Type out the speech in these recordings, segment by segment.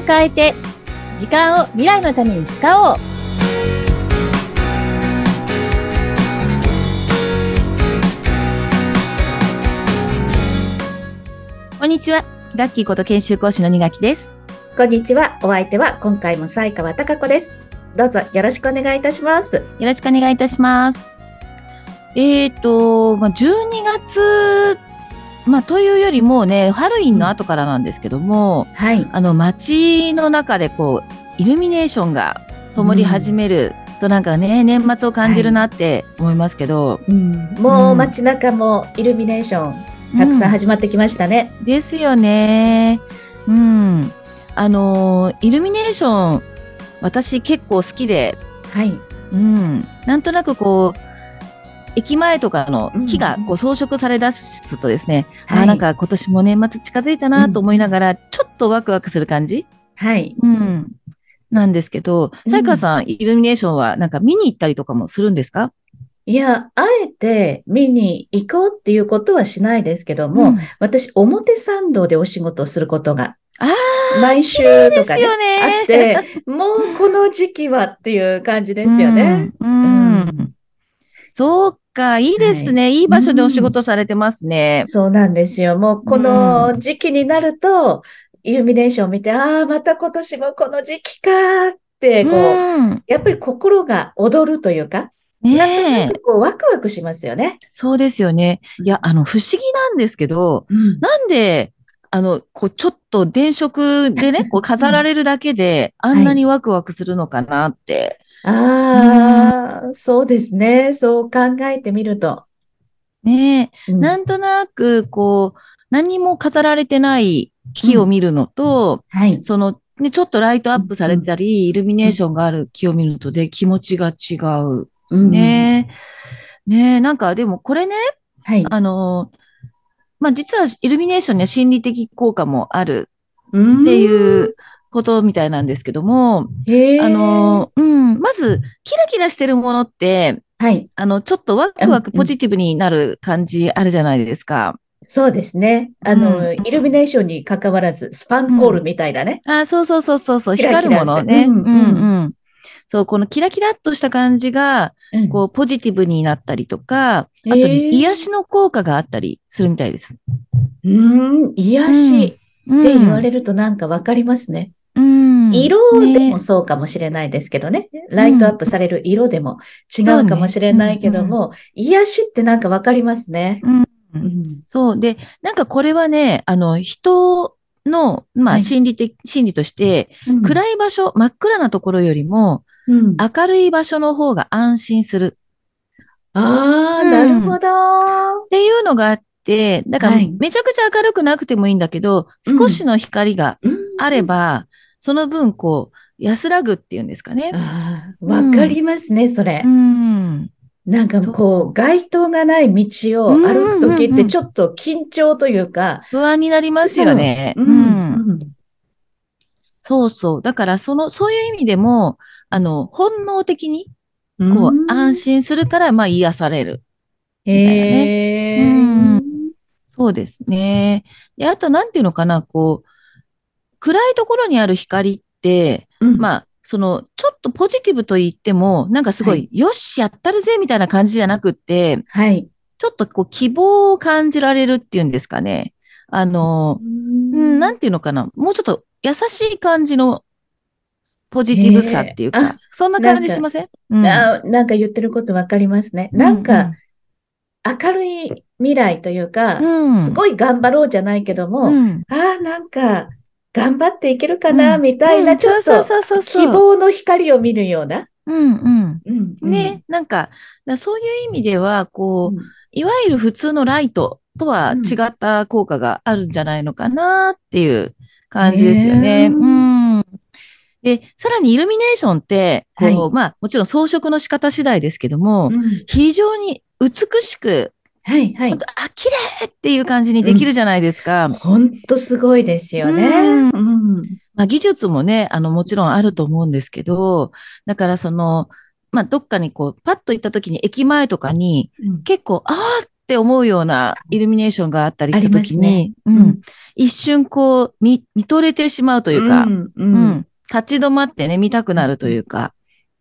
を変えて、時間を未来のために使おう。こんにちは。ガッキーこと研修講師の二垣です。 こんにちは。お相手は今回も西川貴子です。どうぞよろしくお願いいたします。よろしくお願いいたします。12月、というよりもね、ハロウィンの後からなんですけども、 はい。 街の中でイルミネーションが灯り始めるとなんかね、年末を感じるなって思いますけど。 もう街中もイルミネーション、たくさん始まってきましたね。 ですよね。イルミネーション、私結構好きで、 はい。 なんとなく駅前とかの木が装飾され出すとですね、なんか今年も年末近づいたなと思いながら、ちょっとワクワクする感じ、 はい。 なんですけど、西川さん、イルミネーションはなんか見に行ったりとかもするんですか？ いや、あえて見に行こうっていうことはしないですけども、私、表参道でお仕事をすることが、毎週とかね、あって、もうこの時期はっていう感じですよね。 そうか、いいですね。いい場所でお仕事されてますね。 そうなんですよ。もうこの時期になると、イルミネーションを見て、また今年もこの時期かって、やっぱり心が踊るというか、なんとなくワクワクしますよね。 そうですよね。いや、不思議なんですけど、なんで、ちょっと電飾でね、飾られるだけで、あんなにワクワクするのかなって。 そうですね。そう考えてみると。 ねえ、なんとなく、何も飾られてない木を見るのと、ね、ちょっとライトアップされたり、イルミネーションがある木を見るとで気持ちが違うですね。ねえ、なんかでもこれね、実はイルミネーションには心理的効果もあるっていうことみたいなんですけども、まず、キラキラしてるものって、ちょっとワクワクポジティブになる感じあるじゃないですか。 そうですね。イルミネーションに関わらず、スパンコールみたいなね。 そう、光るものね。そう、このキラキラっとした感じが、ポジティブになったりとか、あと、癒しの効果があったりするみたいです。 癒しって言われるとなんかわかりますね。色でもそうかもしれないですけどね。ライトアップされる色でも違うかもしれないけども、癒しってなんかわかりますね。 そう。で、なんかこれはね、人の、心理として、暗い場所、真っ暗なところよりも、明るい場所の方が安心する。 なるほど。 っていうのがあって、だからめちゃくちゃ明るくなくてもいいんだけど、少しの光があれば、その分、安らぐっていうんですかね。 わかりますね、それ。なんか街灯がない道を歩くときってちょっと緊張というか、 不安になりますよね。そうそう。だから、そういう意味でも、本能的に、安心するから、癒される。みたいなね。そうですね。で、あと、なんていうのかな、暗いところにある光って、ちょっとポジティブと言っても、なんかすごい、よし、やったるぜ、みたいな感じじゃなくって、ちょっと希望を感じられるっていうんですかね。なんていうのかな、もうちょっと優しい感じのポジティブさっていうか、そんな感じしません？ なんか言ってることわかりますね。なんか、明るい未来というか、すごい頑張ろうじゃないけども、なんか、頑張っていけるかな、みたいな、ちょっと希望の光を見るような。 ね、なんか、そういう意味では、いわゆる普通のライトとは違った効果があるんじゃないのかなっていう感じですよね。で、さらにイルミネーションって、もちろん装飾の仕方次第ですけども、非常に美しく、綺麗っていう感じにできるじゃないですか。 本当すごいですよね。 技術もね、もちろんあると思うんですけど、だからどっかにパッと行った時に駅前とかに、結構、 って思うようなイルミネーションがあったりしたときに、一瞬見とれてしまうというか、立ち止まってね、見たくなるというか、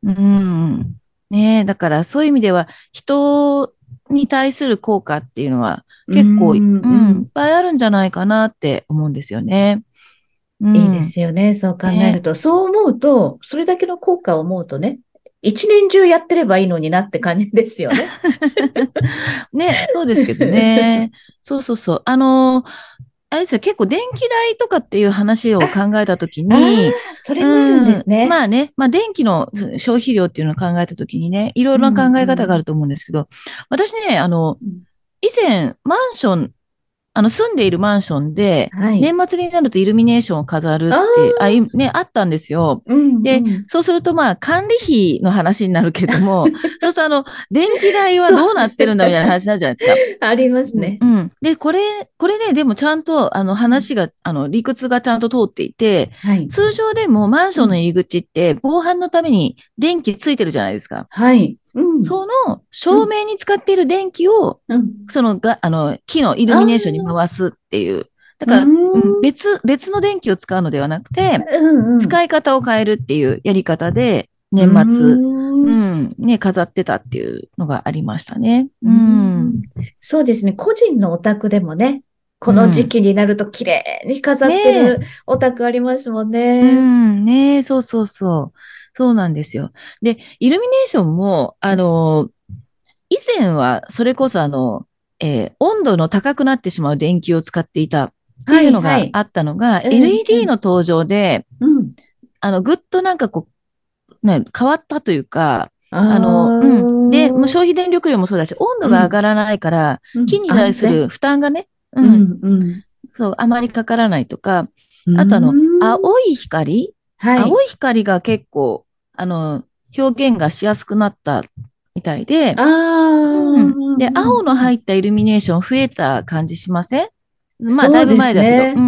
ね、だからそういう意味では、人に対する効果っていうのは結構、いっぱいあるんじゃないかなって思うんですよね。 いいですよね。そう考えると。そう思うと、それだけの効果を思うとね、一年中やってればいいのになって感じですよね。 ね、そうですけどね。そうそうそう。あれですよ、結構電気代とかっていう話を考えたときに、 それもあるんですね。 まあね、まあ電気の消費量っていうのを考えたときにね、いろいろな考え方があると思うんですけど、私ね、以前、マンション住んでいるマンションで、年末になるとイルミネーションを飾るって、あったんですよ。で、そうするとまあ、管理費の話になるけども、そうすると電気代はどうなってるんだみたいな話になるじゃないですか。ありますね。 で、これね、でもちゃんと、話が、理屈がちゃんと通っていて、通常でもマンションの入り口って、防犯のために電気ついてるじゃないですか。その照明に使っている電気を、木のイルミネーションに回すっていう。だから、別の電気を使うのではなくて、使い方を変えるっていうやり方で、年末、ね、飾ってたっていうのがありましたね。 そうですね。個人のお宅でもね、この時期になると綺麗に飾ってるお宅ありますもんね。 ね、そうそうそう。そうなんですよ。で、イルミネーションも、以前はそれこそ温度の高くなってしまう電球を使っていたっていうのがあったのが、LED の登場で、ぐっとなんかね、変わったというか、で、もう消費電力量もそうだし、温度が上がらないから、木に対する負担がね、そう、あまりかからないとか、あと青い光が結構、表現がしやすくなったみたいで、で、青の入ったイルミネーション増えた感じしません？まあ、だいぶ前だけど。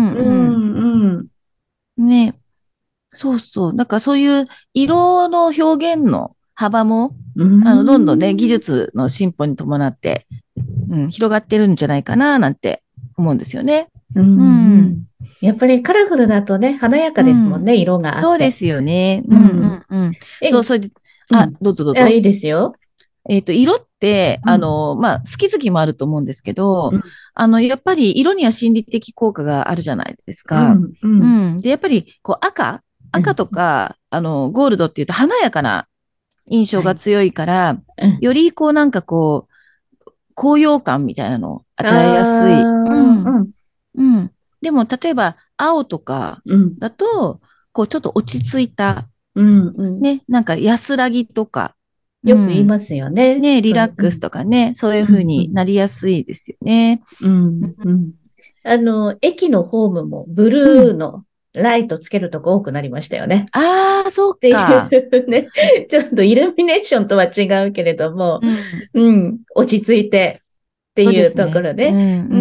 ね。そうそう。だからそういう色の表現の幅も、どんどんね、技術の進歩に伴って、広がってるんじゃないかな、なんて思うんですよね。 やっぱりカラフルだとね、華やかですもんね、色があって。 そうですよね。そう、それで、どうぞどうぞ。 いいですよ。 色って、まあ、好き好きもあると思うんですけど、やっぱり色には心理的効果があるじゃないですか。で、やっぱり、赤とか、ゴールドっていうと華やかな印象が強いから、よりなんか高揚感みたいなのを与えやすい。でも、例えば、青とかだと、ちょっと落ち着いた、ね、なんか安らぎとか、 よく言いますよね。 ね、リラックスとかね、そういう風になりやすいですよね。 駅のホームもブルーのライトつけるとこ多くなりましたよね。 ああ、そうか。ね。ちょっとイルミネーションとは違うけれども、落ち着いてっていうところで、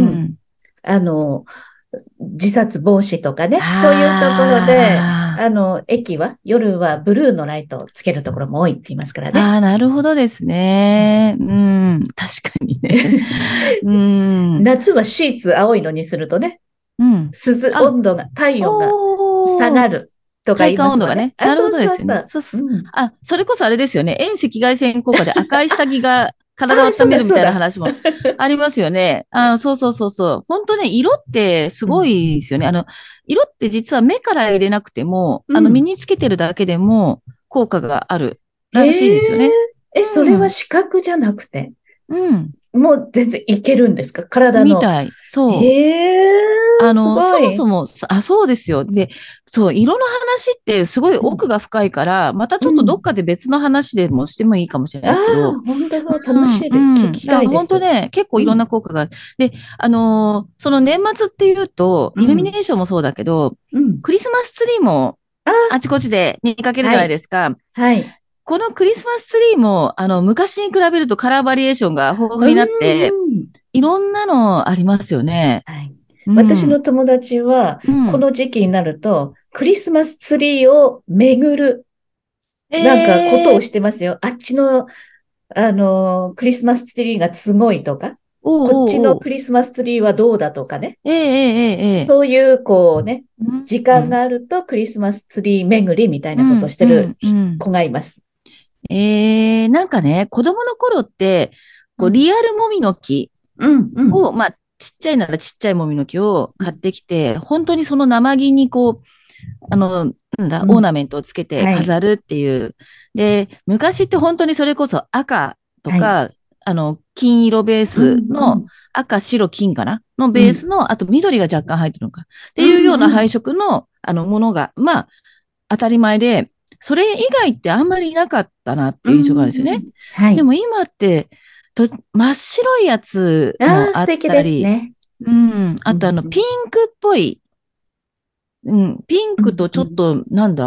自殺防止とかね、そういうところで、駅は、夜はブルーのライトをつけるところも多いって言いますからね。 ああ、なるほどですね。確かにね。 夏はシーツ青いのにするとね、温度が、体温が下がるとか言いますよね。体感温度がね。 なるほどですよね。それこそあれですよね。遠赤外線効果で赤い下着が体を温めるみたいな話もありますよね。そうそうそうそう。本当ね、色ってすごいですよね。色って実は目から入れなくても、身につけてるだけでも効果があるらしいですよね。 それは視覚じゃなくてもう全然いけるんですか？体の。 みたい。そう。そもそも、そうですよ。で、そう、色の話ってすごい奥が深いから、またちょっとどっかで別の話でもしてもいいかもしれないですけど。 本当だ、楽しいで聞きたいです。 本当ね、結構いろんな効果がある。で、その年末っていうと、イルミネーションもそうだけど、クリスマスツリーもあちこちで見かけるじゃないですか。 はい。 このクリスマスツリーも、昔に比べるとカラーバリエーションが豊富になって、いろんなのありますよね。 はい。私の友達は、この時期になると、クリスマスツリーを巡る、なんかことをしてますよ。あっちの、クリスマスツリーがすごいとか。 こっちのクリスマスツリーはどうだとかね。 ええ。 そういう、時間があるとクリスマスツリー巡りみたいなことをしてる子がいます。 なんかね、子供の頃って、リアルもみの木を、まあ、ちっちゃいならちっちゃいもみの木を買ってきて、本当にその生木にオーナメントをつけて飾るっていう。で、昔って本当にそれこそ赤とか、金色ベースの赤、白、金かなのベースの、あと緑が若干入ってるのか。っていうような配色の、ものが、まあ、当たり前で、それ以外ってあんまりなかったなっていう印象があるんですよね。でも今って、真っ白いやつもあったり、あとピンクっぽい、ピンクとちょっと、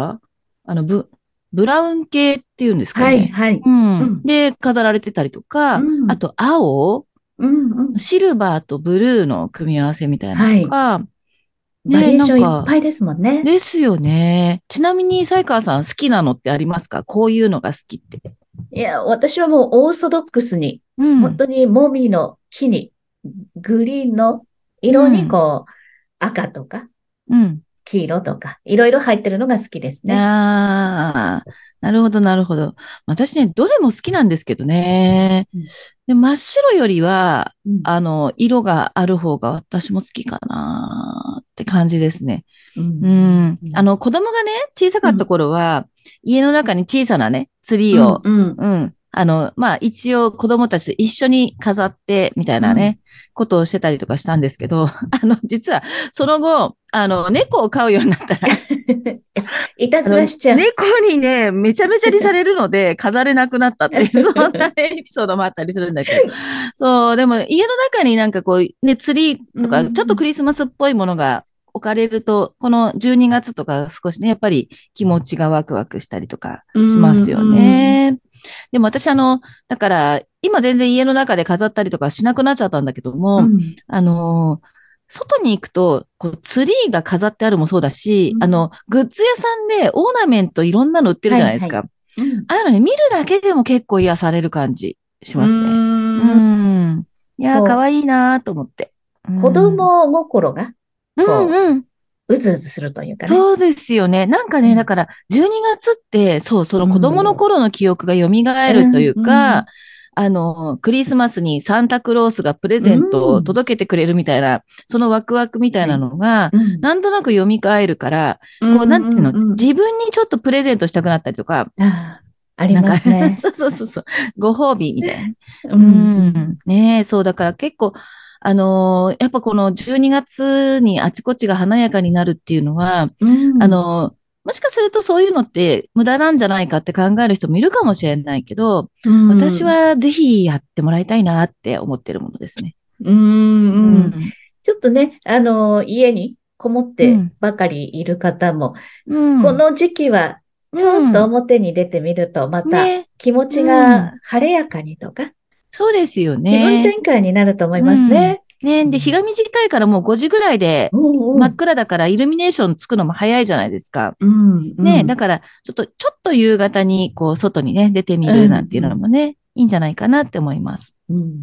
ブラウン系っていうんですかね。で、飾られてたりとか、あと青、シルバーとブルーの組み合わせみたいなとか、 バリエーションいっぱいですもんね。 ですよね。ちなみに、西川さん好きなのってありますか？こういうのが好きって。 いや、私はもうオーソドックスに、本当にもみの木に、グリーンの色に赤とか、黄色とか、いろいろ入ってるのが好きですね。 ああ、なるほど、なるほど。私ね、どれも好きなんですけどね。で、真っ白よりは、色がある方が私も好きかなって感じですね。子供がね、小さかった頃は、家の中に小さなね、ツリーを、まあ、一応子供たちと一緒に飾って、みたいなね、ことをしてたりとかしたんですけど、実は、その後、猫を飼うようになったらいたずらしちゃう。 猫にね、めちゃめちゃにされるので、飾れなくなったっていう、そんな、ね、エピソードもあったりするんだけど。そう、でも家の中になんかね、ツリーとか、ちょっとクリスマスっぽいものが置かれると、この12月とか少しね、やっぱり気持ちがワクワクしたりとかしますよね。でも私だから、今全然家の中で飾ったりとかしなくなっちゃったんだけども、外に行くと、ツリーが飾ってあるもそうだし、グッズ屋さんでオーナメントいろんなの売ってるじゃないですか。ああいうのね、見るだけでも結構癒される感じしますね。いやー、かわいいなーと思って。 子供心が、うずうずするというかね。 そうですよね。なんかね、だから、12月って、その子供の頃の記憶が蘇るというか、クリスマスにサンタクロースがプレゼントを届けてくれるみたいな、そのワクワクみたいなのが、なんとなく蘇るから、なんていうの、自分にちょっとプレゼントしたくなったりとか、 ありますね。 そう。ご褒美みたいな。ねえ、そう、だから結構、やっぱこの12月にあちこちが華やかになるっていうのは、もしかするとそういうのって無駄なんじゃないかって考える人もいるかもしれないけど、私はぜひやってもらいたいなって思ってるものですね。 ちょっとね、家にこもってばかりいる方も、この時期はちょっと表に出てみると、また気持ちが晴れやかにとか、 そうですよね。 気分転換になると思いますね。 で、日が短いからもう5時ぐらいで真っ暗だからイルミネーションつくのも早いじゃないですか。だからちょっと夕方に外にね、出てみるなんていうのもね、いいんじゃないかなって思います。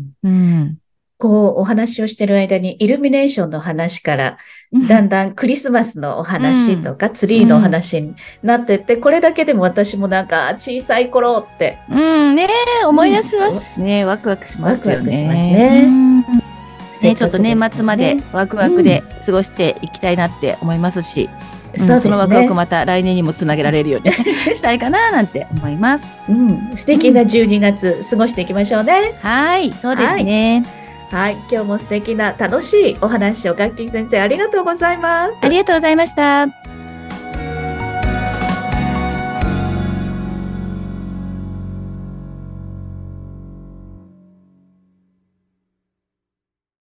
お話をしてる間にイルミネーションの話から、だんだんクリスマスのお話とか、ツリーのお話になってって、これだけでも私もなんか小さい頃って。 ね思い出しますしね、ワクワクしますよね。 ワクワクしますね。 ね、ちょっと年末までワクワクで過ごしていきたいなって思いますし、そのワクワクまた来年にもつなげられるようにしたいかななんて思います。 素敵な12月過ごしていきましょうね。 はい、そうですね。 はい、今日も素敵な楽しいお話をガッキー先生ありがとうございます。 ありがとうございました。